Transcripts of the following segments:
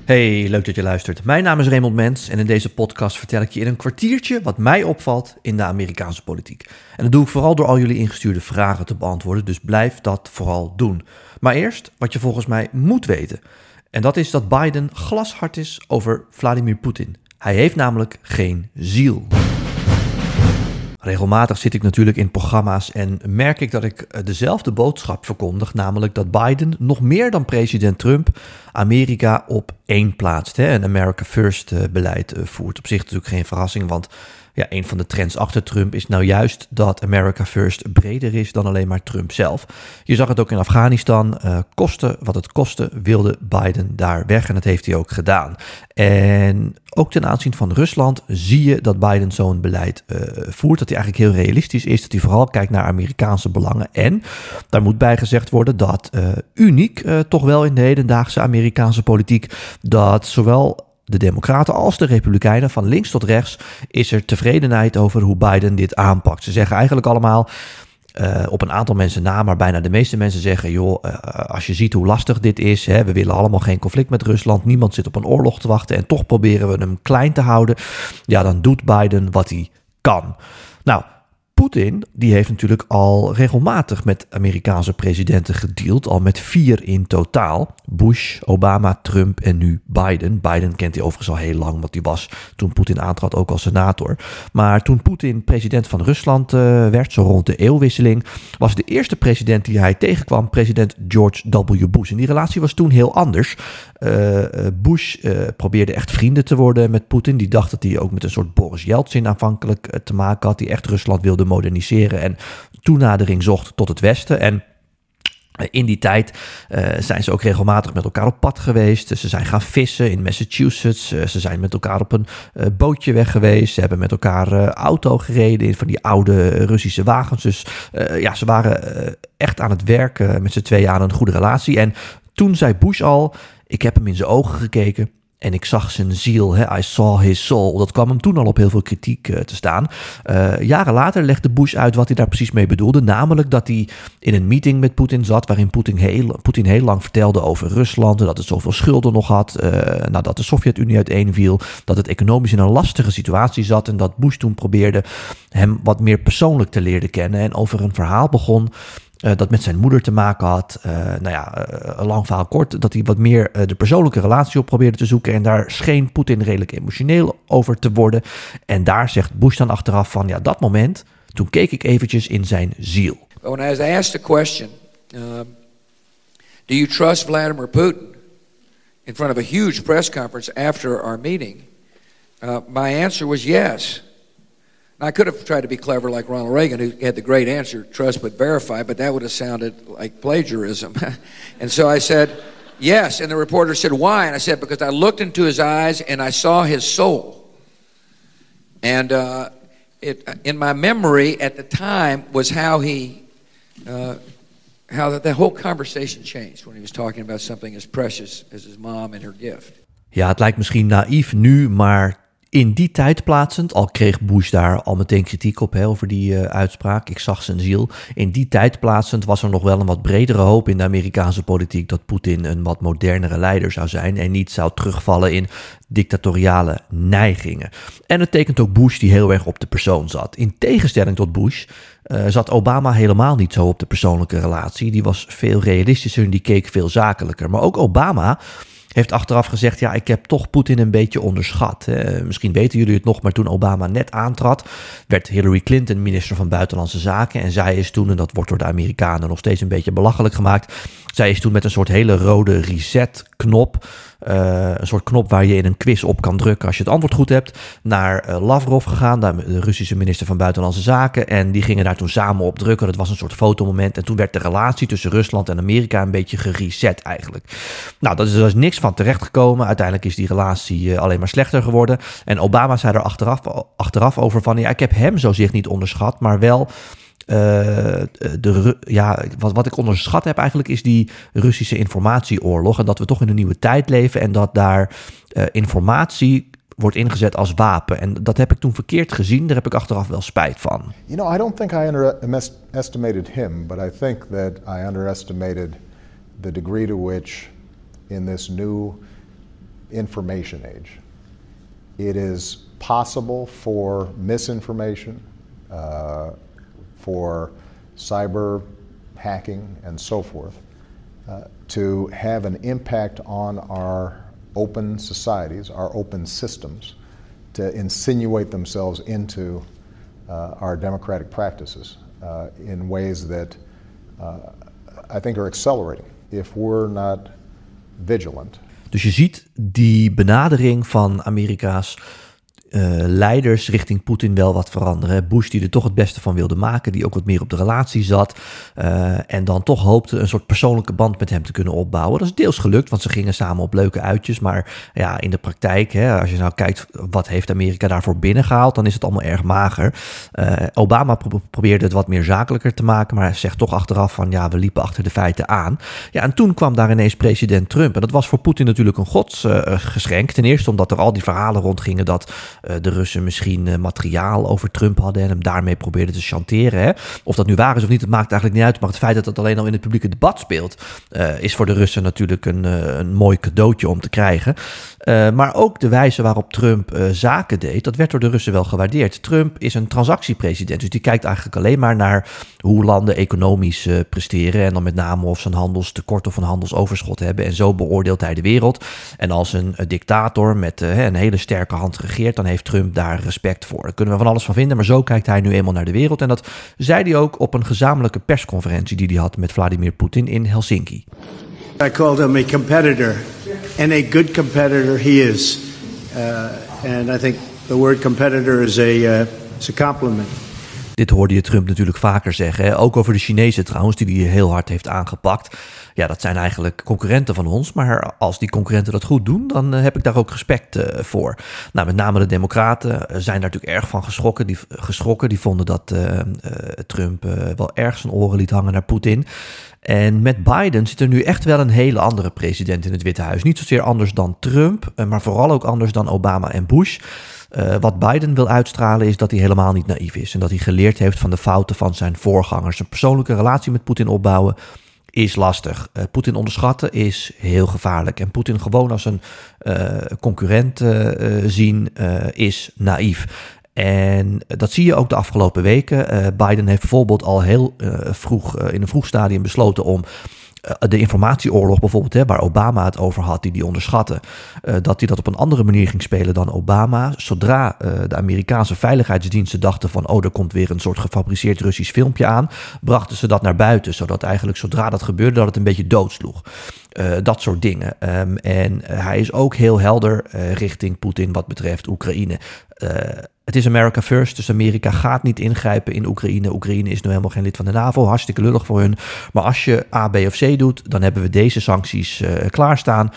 Hey, leuk dat je luistert. Mijn naam is Raymond Mens en in deze podcast vertel ik je in een kwartiertje wat mij opvalt in de Amerikaanse politiek. En dat doe ik vooral door al jullie ingestuurde vragen te beantwoorden, dus blijf dat vooral doen. Maar eerst wat je volgens mij moet weten. En dat is dat Biden glashard is over Vladimir Poetin. Hij heeft namelijk geen ziel. Regelmatig zit ik natuurlijk in programma's en merk ik dat ik dezelfde boodschap verkondig, namelijk dat Biden nog meer dan president Trump Amerika op één plaatst. Een America First beleid voert. Op zich natuurlijk geen verrassing, want ja, een van de trends achter Trump is nou juist dat America First breder is dan alleen maar Trump zelf. Je zag het ook in Afghanistan. Koste wat het kostte, wilde Biden daar weg en dat heeft hij ook gedaan. En ook ten aanzien van Rusland zie je dat Biden zo'n beleid voert, dat hij eigenlijk heel realistisch is, dat hij vooral kijkt naar Amerikaanse belangen. En daar moet bij gezegd worden dat uniek toch wel in de hedendaagse Amerikaanse politiek, dat zowel de Democraten als de Republikeinen, van links tot rechts, is er tevredenheid over hoe Biden dit aanpakt. Ze zeggen eigenlijk allemaal, op een aantal mensen na, maar bijna de meeste mensen zeggen, joh, als je ziet hoe lastig dit is, we willen allemaal geen conflict met Rusland, niemand zit op een oorlog te wachten en toch proberen we hem klein te houden, ja, dan doet Biden wat hij kan. Nou, Poetin, die heeft natuurlijk al regelmatig met Amerikaanse presidenten gedeeld, al met 4 in totaal. Bush, Obama, Trump en nu Biden. Biden kent hij overigens al heel lang, want die was toen Poetin aantrad ook als senator. Maar toen Poetin president van Rusland werd, zo rond de eeuwwisseling, was de eerste president die hij tegenkwam president George W. Bush. En die relatie was toen heel anders. Bush probeerde echt vrienden te worden met Poetin. Die dacht dat hij ook met een soort Boris Yeltsin aanvankelijk te maken had, die echt Rusland wilde moderniseren en toenadering zocht tot het Westen. En in die tijd zijn ze ook regelmatig met elkaar op pad geweest. Ze zijn gaan vissen in Massachusetts. Ze zijn met elkaar op een bootje weg geweest. Ze hebben met elkaar auto gereden in van die oude Russische wagens. Dus ze waren echt aan het werken met z'n tweeën aan een goede relatie. En toen zei Bush al, ik heb hem in zijn ogen gekeken en ik zag zijn ziel, I saw his soul. Dat kwam hem toen al op heel veel kritiek te staan. Jaren later legde Bush uit wat hij daar precies mee bedoelde. Namelijk dat hij in een meeting met Poetin zat, waarin Poetin heel lang vertelde over Rusland en dat het zoveel schulden nog had, nadat de Sovjet-Unie uiteenviel, dat het economisch in een lastige situatie zat en dat Bush toen probeerde hem wat meer persoonlijk te leren kennen en over een verhaal begon dat met zijn moeder te maken had. Lang verhaal kort, dat hij wat meer de persoonlijke relatie op probeerde te zoeken. En daar scheen Poetin redelijk emotioneel over te worden. En daar zegt Bush dan achteraf van, ja, dat moment, toen keek ik eventjes in zijn ziel. When I was asked the question, do you trust Vladimir Putin? In front of a huge press conference after our meeting, my answer was yes. I could have tried to be clever like Ronald Reagan, who had the great answer, trust but verify, but that would have sounded like plagiarism. And so I said, yes. And the reporter said, why? And I said, because I looked into his eyes and I saw his soul. And in my memory at the time was how the whole conversation changed when he was talking about something as precious as his mom and her gift. Ja, het lijkt misschien naïef nu, maar in die tijd plaatsend, al kreeg Bush daar al meteen kritiek op over die uitspraak, ik zag zijn ziel. In die tijd plaatsend was er nog wel een wat bredere hoop in de Amerikaanse politiek dat Poetin een wat modernere leider zou zijn en niet zou terugvallen in dictatoriale neigingen. En het tekent ook Bush die heel erg op de persoon zat. In tegenstelling tot Bush zat Obama helemaal niet zo op de persoonlijke relatie. Die was veel realistischer en die keek veel zakelijker. Maar ook Obama heeft achteraf gezegd, ja, ik heb toch Poetin een beetje onderschat. Misschien weten jullie het nog, maar toen Obama net aantrad, werd Hillary Clinton minister van Buitenlandse Zaken. En zij is toen, en dat wordt door de Amerikanen nog steeds een beetje belachelijk gemaakt, zij is toen met een soort hele rode reset-knop, een soort knop waar je in een quiz op kan drukken als je het antwoord goed hebt, naar Lavrov gegaan, de Russische minister van Buitenlandse Zaken. En die gingen daar toen samen op drukken. Dat was een soort fotomoment. En toen werd de relatie tussen Rusland en Amerika een beetje gereset eigenlijk. Nou, dat is dus niks van terechtgekomen. Uiteindelijk is die relatie alleen maar slechter geworden. En Obama zei er achteraf over van, ja, ik heb hem zo zich niet onderschat, maar wel wat ik onderschat heb eigenlijk is die Russische informatieoorlog. En dat we toch in een nieuwe tijd leven en dat daar informatie wordt ingezet als wapen. En dat heb ik toen verkeerd gezien. Daar heb ik achteraf wel spijt van. You know, I don't think I underestimated him, but I think that I underestimated the degree to which in this new information age. It is possible for misinformation, for cyber hacking and so forth, to have an impact on our open societies, our open systems, to insinuate themselves into our democratic practices in ways that I think are accelerating if we're not vigilant. Dus je ziet die benadering van Amerika's leiders richting Poetin wel wat veranderen. Bush die er toch het beste van wilde maken, die ook wat meer op de relatie zat en dan toch hoopte een soort persoonlijke band met hem te kunnen opbouwen. Dat is deels gelukt, want ze gingen samen op leuke uitjes, maar ja, in de praktijk, hè, als je nou kijkt wat heeft Amerika daarvoor binnengehaald, dan is het allemaal erg mager. Obama probeerde het wat meer zakelijker te maken, maar hij zegt toch achteraf van ja, we liepen achter de feiten aan. Ja, en toen kwam daar ineens president Trump en dat was voor Poetin natuurlijk een godsgeschenk. Ten eerste omdat er al die verhalen rondgingen dat de Russen misschien materiaal over Trump hadden en hem daarmee probeerden te chanteren. Hè. Of dat nu waar is of niet, dat maakt eigenlijk niet uit. Maar het feit dat het alleen al in het publieke debat speelt, is voor de Russen natuurlijk een mooi cadeautje om te krijgen. Maar ook de wijze waarop Trump zaken deed, dat werd door de Russen wel gewaardeerd. Trump is een transactiepresident, dus die kijkt eigenlijk alleen maar naar hoe landen economisch presteren en dan met name of ze een handelstekort of een handelsoverschot hebben. En zo beoordeelt hij de wereld. En als een dictator met een hele sterke hand regeert, dan heeft Trump daar respect voor. Daar kunnen we van alles van vinden, maar zo kijkt hij nu eenmaal naar de wereld. En dat zei hij ook op een gezamenlijke persconferentie die hij had met Vladimir Poetin in Helsinki. I called him a competitor, and a good competitor he is. And I think the word competitor is a compliment. Dit hoorde je Trump natuurlijk vaker zeggen. Hè? Ook over de Chinezen trouwens, die hij heel hard heeft aangepakt. Ja, dat zijn eigenlijk concurrenten van ons. Maar als die concurrenten dat goed doen, dan heb ik daar ook respect voor. Nou, met name de Democraten zijn daar natuurlijk erg van geschrokken. Die vonden dat Trump wel erg zijn oren liet hangen naar Poetin. En met Biden zit er nu echt wel een hele andere president in het Witte Huis. Niet zozeer anders dan Trump, maar vooral ook anders dan Obama en Bush. Wat Biden wil uitstralen is dat hij helemaal niet naïef is. En dat hij geleerd heeft van de fouten van zijn voorgangers. Een persoonlijke relatie met Poetin opbouwen is lastig. Poetin onderschatten is heel gevaarlijk. En Poetin gewoon als een concurrent zien is naïef. En dat zie je ook de afgelopen weken. Biden heeft bijvoorbeeld al heel in een vroeg stadium besloten om de informatieoorlog bijvoorbeeld, waar Obama het over had, die onderschatte, dat hij dat op een andere manier ging spelen dan Obama. Zodra de Amerikaanse veiligheidsdiensten dachten van, er komt weer een soort gefabriceerd Russisch filmpje aan, brachten ze dat naar buiten, zodat eigenlijk zodra dat gebeurde, dat het een beetje doodsloeg. Dat soort dingen. En hij is ook heel helder richting Poetin wat betreft Oekraïne. Het is America first, dus Amerika gaat niet ingrijpen in Oekraïne. Oekraïne is nu helemaal geen lid van de NAVO, hartstikke lullig voor hun. Maar als je A, B of C doet, dan hebben we deze sancties klaarstaan.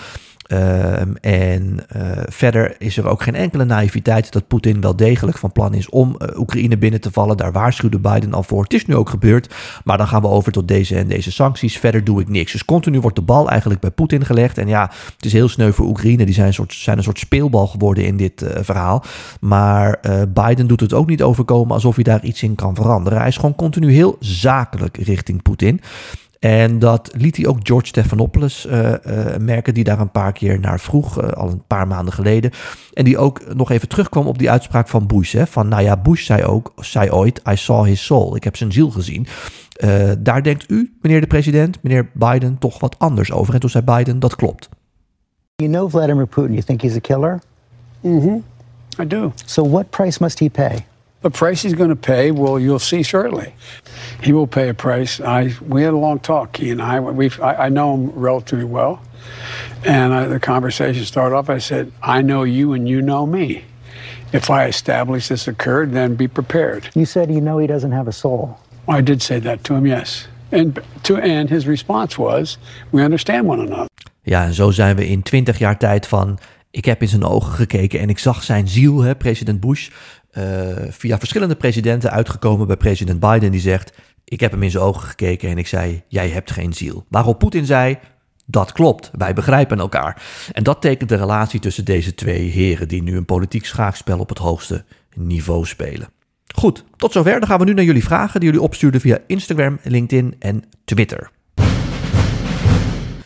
Verder is er ook geen enkele naïviteit dat Poetin wel degelijk van plan is om Oekraïne binnen te vallen. Daar waarschuwde Biden al voor. Het is nu ook gebeurd, maar dan gaan we over tot deze en deze sancties. Verder doe ik niks. Dus continu wordt de bal eigenlijk bij Poetin gelegd. En ja, het is heel sneu voor Oekraïne. Die zijn een soort speelbal geworden in dit verhaal. Maar Biden doet het ook niet overkomen alsof hij daar iets in kan veranderen. Hij is gewoon continu heel zakelijk richting Poetin. En dat liet hij ook George Stephanopoulos merken, die daar een paar keer naar vroeg, al een paar maanden geleden. En die ook nog even terugkwam op die uitspraak van Bush. Hè, van, Bush zei ooit, I saw his soul. Ik heb zijn ziel gezien. Daar denkt u, meneer de president, meneer Biden, toch wat anders over. En toen zei Biden, dat klopt. You know Vladimir Putin, you think he's a killer? Mm-hmm, I do. So what price must he pay? The price he's going to pay, well, you'll see shortly. He will pay a price. We had a long talk, he and I. I know him relatively well. And the conversation started off, I said, I know you and you know me. If I establish this occurred, then be prepared. You said you know he doesn't have a soul. I did say that to him, yes. And his response was, we understand one another. Ja, en zo zijn we in 20 jaar tijd van, ik heb in zijn ogen gekeken en ik zag zijn ziel, hè, president Bush, via verschillende presidenten uitgekomen bij president Biden, die zegt, ik heb hem in zijn ogen gekeken en ik zei, jij hebt geen ziel. Waarop Poetin zei, dat klopt, wij begrijpen elkaar. En dat tekent de relatie tussen deze twee heren, die nu een politiek schaakspel op het hoogste niveau spelen. Goed, tot zover. Dan gaan we nu naar jullie vragen die jullie opstuurden via Instagram, LinkedIn en Twitter.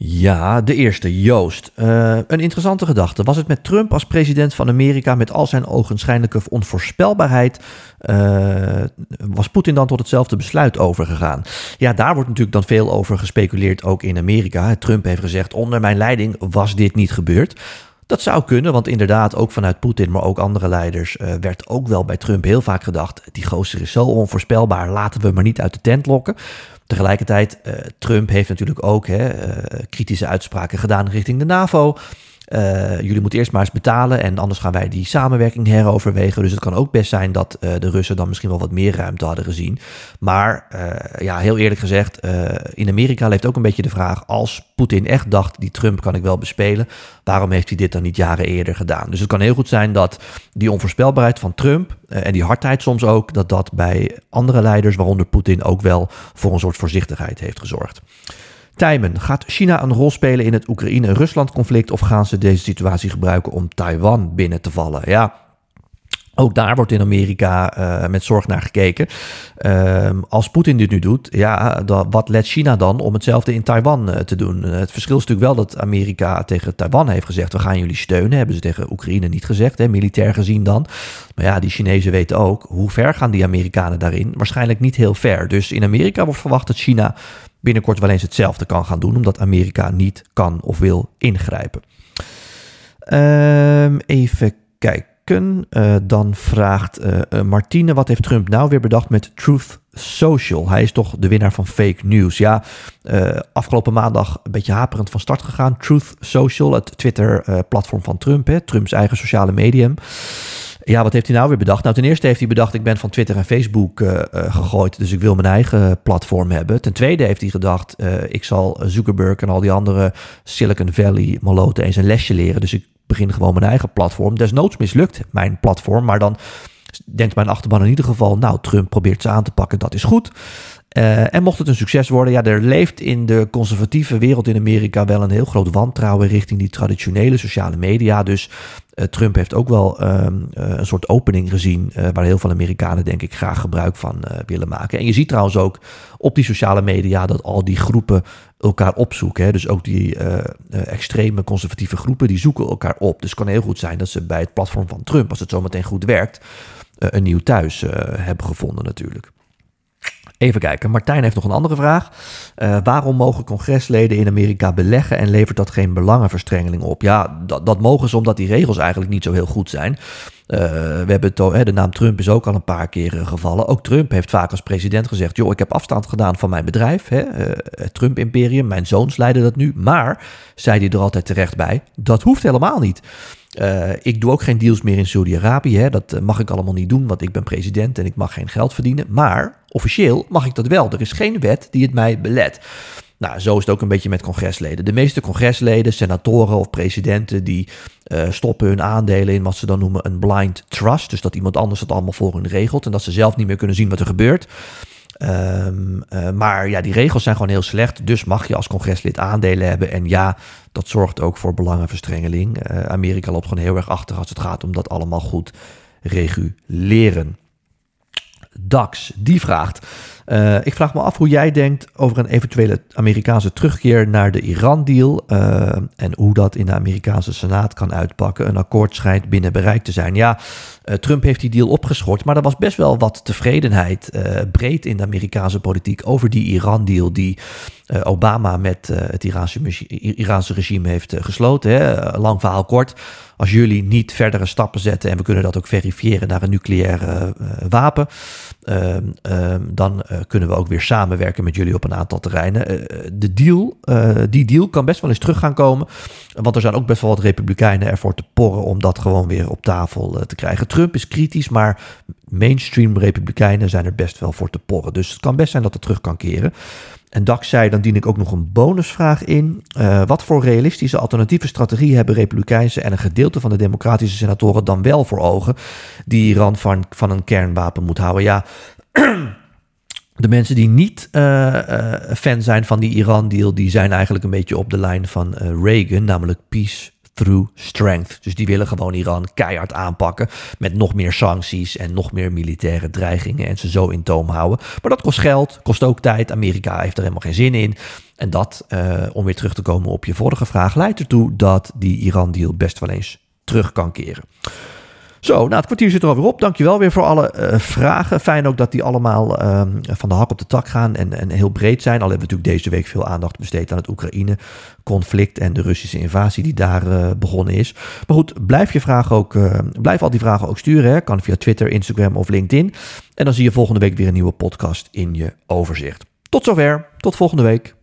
Ja, de eerste, Joost. Een interessante gedachte. Was het met Trump als president van Amerika met al zijn ogenschijnlijke onvoorspelbaarheid, was Poetin dan tot hetzelfde besluit overgegaan? Ja, daar wordt natuurlijk dan veel over gespeculeerd, ook in Amerika. Trump heeft gezegd, onder mijn leiding was dit niet gebeurd. Dat zou kunnen, want inderdaad, ook vanuit Poetin, maar ook andere leiders, werd ook wel bij Trump heel vaak gedacht, die gozer is zo onvoorspelbaar, laten we maar niet uit de tent lokken. Tegelijkertijd, Trump heeft natuurlijk ook kritische uitspraken gedaan richting de NAVO. Jullie moeten eerst maar eens betalen en anders gaan wij die samenwerking heroverwegen. Dus het kan ook best zijn dat de Russen dan misschien wel wat meer ruimte hadden gezien. Maar heel eerlijk gezegd, in Amerika leeft ook een beetje de vraag, als Poetin echt dacht, die Trump kan ik wel bespelen, waarom heeft hij dit dan niet jaren eerder gedaan? Dus het kan heel goed zijn dat die onvoorspelbaarheid van Trump en die hardheid soms ook, dat bij andere leiders, waaronder Poetin, ook wel voor een soort voorzichtigheid heeft gezorgd. Tijmen, gaat China een rol spelen in het Oekraïne-Rusland-conflict of gaan ze deze situatie gebruiken om Taiwan binnen te vallen? Ja, ook daar wordt in Amerika met zorg naar gekeken. Als Poetin dit nu doet, wat let China dan om hetzelfde in Taiwan te doen? Het verschil is natuurlijk wel dat Amerika tegen Taiwan heeft gezegd, we gaan jullie steunen. Hebben ze tegen Oekraïne niet gezegd, militair gezien dan. Maar ja, die Chinezen weten ook, hoe ver gaan die Amerikanen daarin? Waarschijnlijk niet heel ver. Dus in Amerika wordt verwacht dat China binnenkort wel eens hetzelfde kan gaan doen, omdat Amerika niet kan of wil ingrijpen. Even kijken. Dan vraagt Martine, wat heeft Trump nou weer bedacht met Truth Social? Hij is toch de winnaar van fake news. Ja, afgelopen maandag een beetje haperend van start gegaan. Truth Social, het Twitter-platform van Trump, Trumps eigen sociale medium. Ja, wat heeft hij nou weer bedacht? Nou, ten eerste heeft hij bedacht, ik ben van Twitter en Facebook gegooid, dus ik wil mijn eigen platform hebben. Ten tweede heeft hij gedacht, ik zal Zuckerberg en al die andere Silicon Valley maloten eens een lesje leren, dus ik begin gewoon mijn eigen platform. Desnoods mislukt mijn platform, maar dan denkt mijn achterban in ieder geval, nou, Trump probeert ze aan te pakken, dat is goed. En mocht het een succes worden, ja, er leeft in de conservatieve wereld in Amerika wel een heel groot wantrouwen richting die traditionele sociale media. Dus Trump heeft ook wel een soort opening gezien waar heel veel Amerikanen, denk ik, graag gebruik van willen maken. En je ziet trouwens ook op die sociale media dat al die groepen elkaar opzoeken. Hè? Dus ook die extreme conservatieve groepen, die zoeken elkaar op. Dus het kan heel goed zijn dat ze bij het platform van Trump, als het zo meteen goed werkt, een nieuw thuis hebben gevonden natuurlijk. Even kijken, Martijn heeft nog een andere vraag. Waarom mogen congresleden in Amerika beleggen en levert dat geen belangenverstrengeling op? Ja, dat mogen ze omdat die regels eigenlijk niet zo heel goed zijn. We hebben de naam Trump is ook al een paar keer gevallen. Ook Trump heeft vaak als president gezegd, joh, ik heb afstand gedaan van mijn bedrijf, het Trump-imperium, mijn zoons leiden dat nu. Maar, zei hij er altijd terecht bij, dat hoeft helemaal niet. Ik doe ook geen deals meer in Saudi-Arabië. Dat mag ik allemaal niet doen, want ik ben president en ik mag geen geld verdienen. Maar officieel mag ik dat wel. Er is geen wet die het mij belet. Nou, zo is het ook een beetje met congresleden. De meeste congresleden, senatoren of presidenten, die stoppen hun aandelen in wat ze dan noemen een blind trust. Dus dat iemand anders het allemaal voor hun regelt en dat ze zelf niet meer kunnen zien wat er gebeurt. Maar ja, die regels zijn gewoon heel slecht. Dus mag je als congreslid aandelen hebben. En ja, dat zorgt ook voor belangenverstrengeling. Amerika loopt gewoon heel erg achter als het gaat om dat allemaal goed reguleren. Dax, die vraagt, ik vraag me af hoe jij denkt over een eventuele Amerikaanse terugkeer naar de Iran-deal en hoe dat in de Amerikaanse Senaat kan uitpakken. Een akkoord schijnt binnen bereik te zijn. Ja, Trump heeft die deal opgeschort, maar er was best wel wat tevredenheid breed in de Amerikaanse politiek over die Iran-deal die Obama met het Iraanse regime heeft gesloten. Hè. Lang verhaal kort. Als jullie niet verdere stappen zetten en we kunnen dat ook verifiëren naar een nucleair wapen, dan kunnen we ook weer samenwerken met jullie op een aantal terreinen. Die deal kan best wel eens terug gaan komen, want er zijn ook best wel wat republikeinen ervoor te porren om dat gewoon weer op tafel te krijgen. Trump is kritisch, maar mainstream republikeinen zijn er best wel voor te porren. Dus het kan best zijn dat het terug kan keren. En Dax zei, dan dien ik ook nog een bonusvraag in. Wat voor realistische alternatieve strategie hebben Republikeinse en een gedeelte van de democratische senatoren dan wel voor ogen die Iran van een kernwapen moet houden? Ja, de mensen die niet fan zijn van die Iran-deal, die zijn eigenlijk een beetje op de lijn van Reagan, namelijk peace through strength. Dus die willen gewoon Iran keihard aanpakken met nog meer sancties en nog meer militaire dreigingen en ze zo in toom houden. Maar dat kost geld, kost ook tijd. Amerika heeft er helemaal geen zin in. En dat, om weer terug te komen op je vorige vraag, leidt ertoe dat die Iran-deal best wel eens terug kan keren. Zo, nou, het kwartier zit er alweer op. Dankjewel weer voor alle vragen. Fijn ook dat die allemaal van de hak op de tak gaan en heel breed zijn. Al hebben we natuurlijk deze week veel aandacht besteed aan het Oekraïne-conflict en de Russische invasie die daar begonnen is. Maar goed, blijf al die vragen ook sturen. Hè. Kan via Twitter, Instagram of LinkedIn. En dan zie je volgende week weer een nieuwe podcast in je overzicht. Tot zover. Tot volgende week.